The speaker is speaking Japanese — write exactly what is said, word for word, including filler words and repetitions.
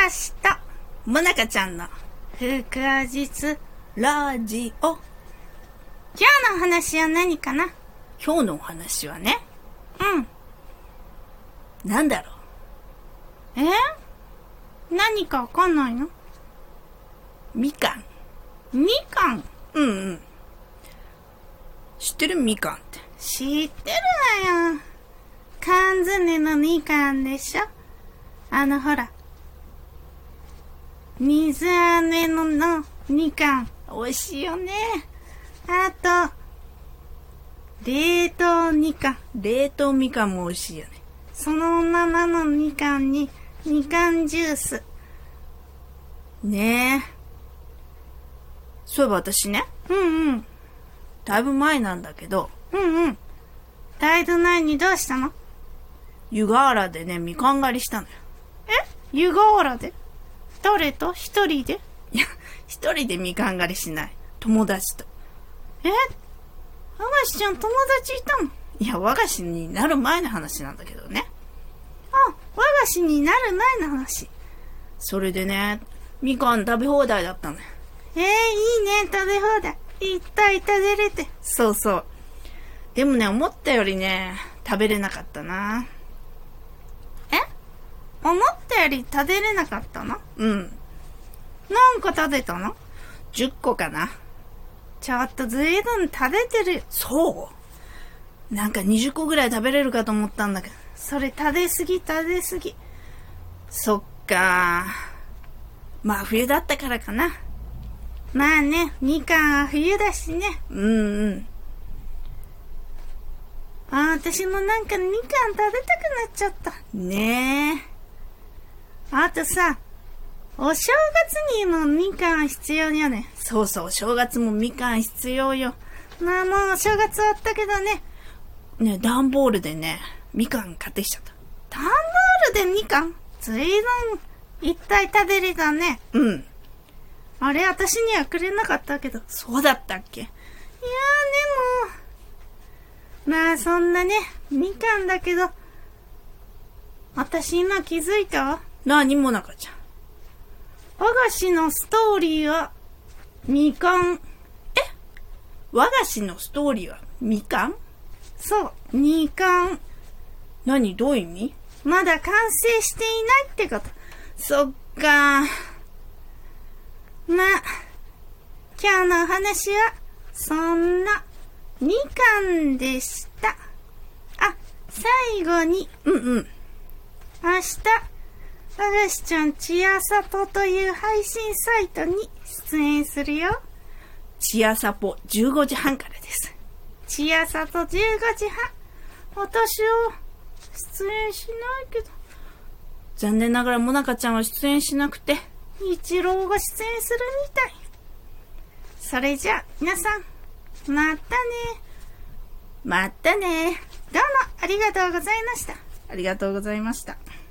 かしともなかちゃんの福日ラジオ。今日の話は何かな？今日のお話はね、うん。なんだろう。え？何かわかんないの？みかん。みかん？うんうん。知ってる？みかんって。知ってるわよ。缶詰のみかんでしょ。あのほら、水飴ののみかん、美味しいよね。あと、冷凍みかん。冷凍みかんも美味しいよね。そのままのみかんに、みかんジュース。ねえ。そういえば私ね。うんうん。だいぶ前なんだけど。うんうん。だいぶ前にどうしたの？湯河原でね、みかん狩りしたのよ。え？湯河原で？誰と？一人で？いや、一人でみかん狩りしない。友達と。え？和菓子ちゃん友達いたの？いや、和菓子になる前の話なんだけどね。あ、和菓子になる前の話。それでね、みかん食べ放題だったのよ。えー、いいね、食べ放題。いっぱい食べれて。そうそう。でもね、思ったよりね、食べれなかったな。え？思ったより食べれなかったの？うん。何個食べたの？じゅっこかな。ちょっとずいぶん食べてるよ。そう？なんかにじゅっこぐらい食べれるかと思ったんだけど。それ食べすぎ食べすぎ。そっか。まあ冬だったからかな。まあね、みかんは冬だしね。うんうん。あ、私もなんかみかん食べたくなっちゃった。ねえ。あとさ、お正月にもみかん必要よね。そうそう、お正月もみかん必要よ。まあもうお正月終わったけどね。ね、段ボールでね、みかん買ってきちゃった。段ボールでみかん？ずいぶんいっぱい食べれたね。うん。あれ、私にはくれなかったけど。そうだったっけ？いやーでも、まあそんなね、みかんだけど、私今気づいたわ。なにもなかちゃん。和菓子のストーリーは、みかん。え？和菓子のストーリーはみかん？そう、みかん。何？どういう意味？まだ完成していないってこと。そっか。まあ、今日のお話は、そんな、みかんでした。あ、最後に、うんうん。明日、和菓子ちゃんちやさぽという配信サイトに出演するよ。ちやさぽじゅうごじはんからです。ちやさぽじゅうごじはん。私は出演しないけど。残念ながらもなかちゃんは出演しなくて、一郎が出演するみたい。それじゃあ、皆さん、またね。またね。どうもありがとうございました。ありがとうございました。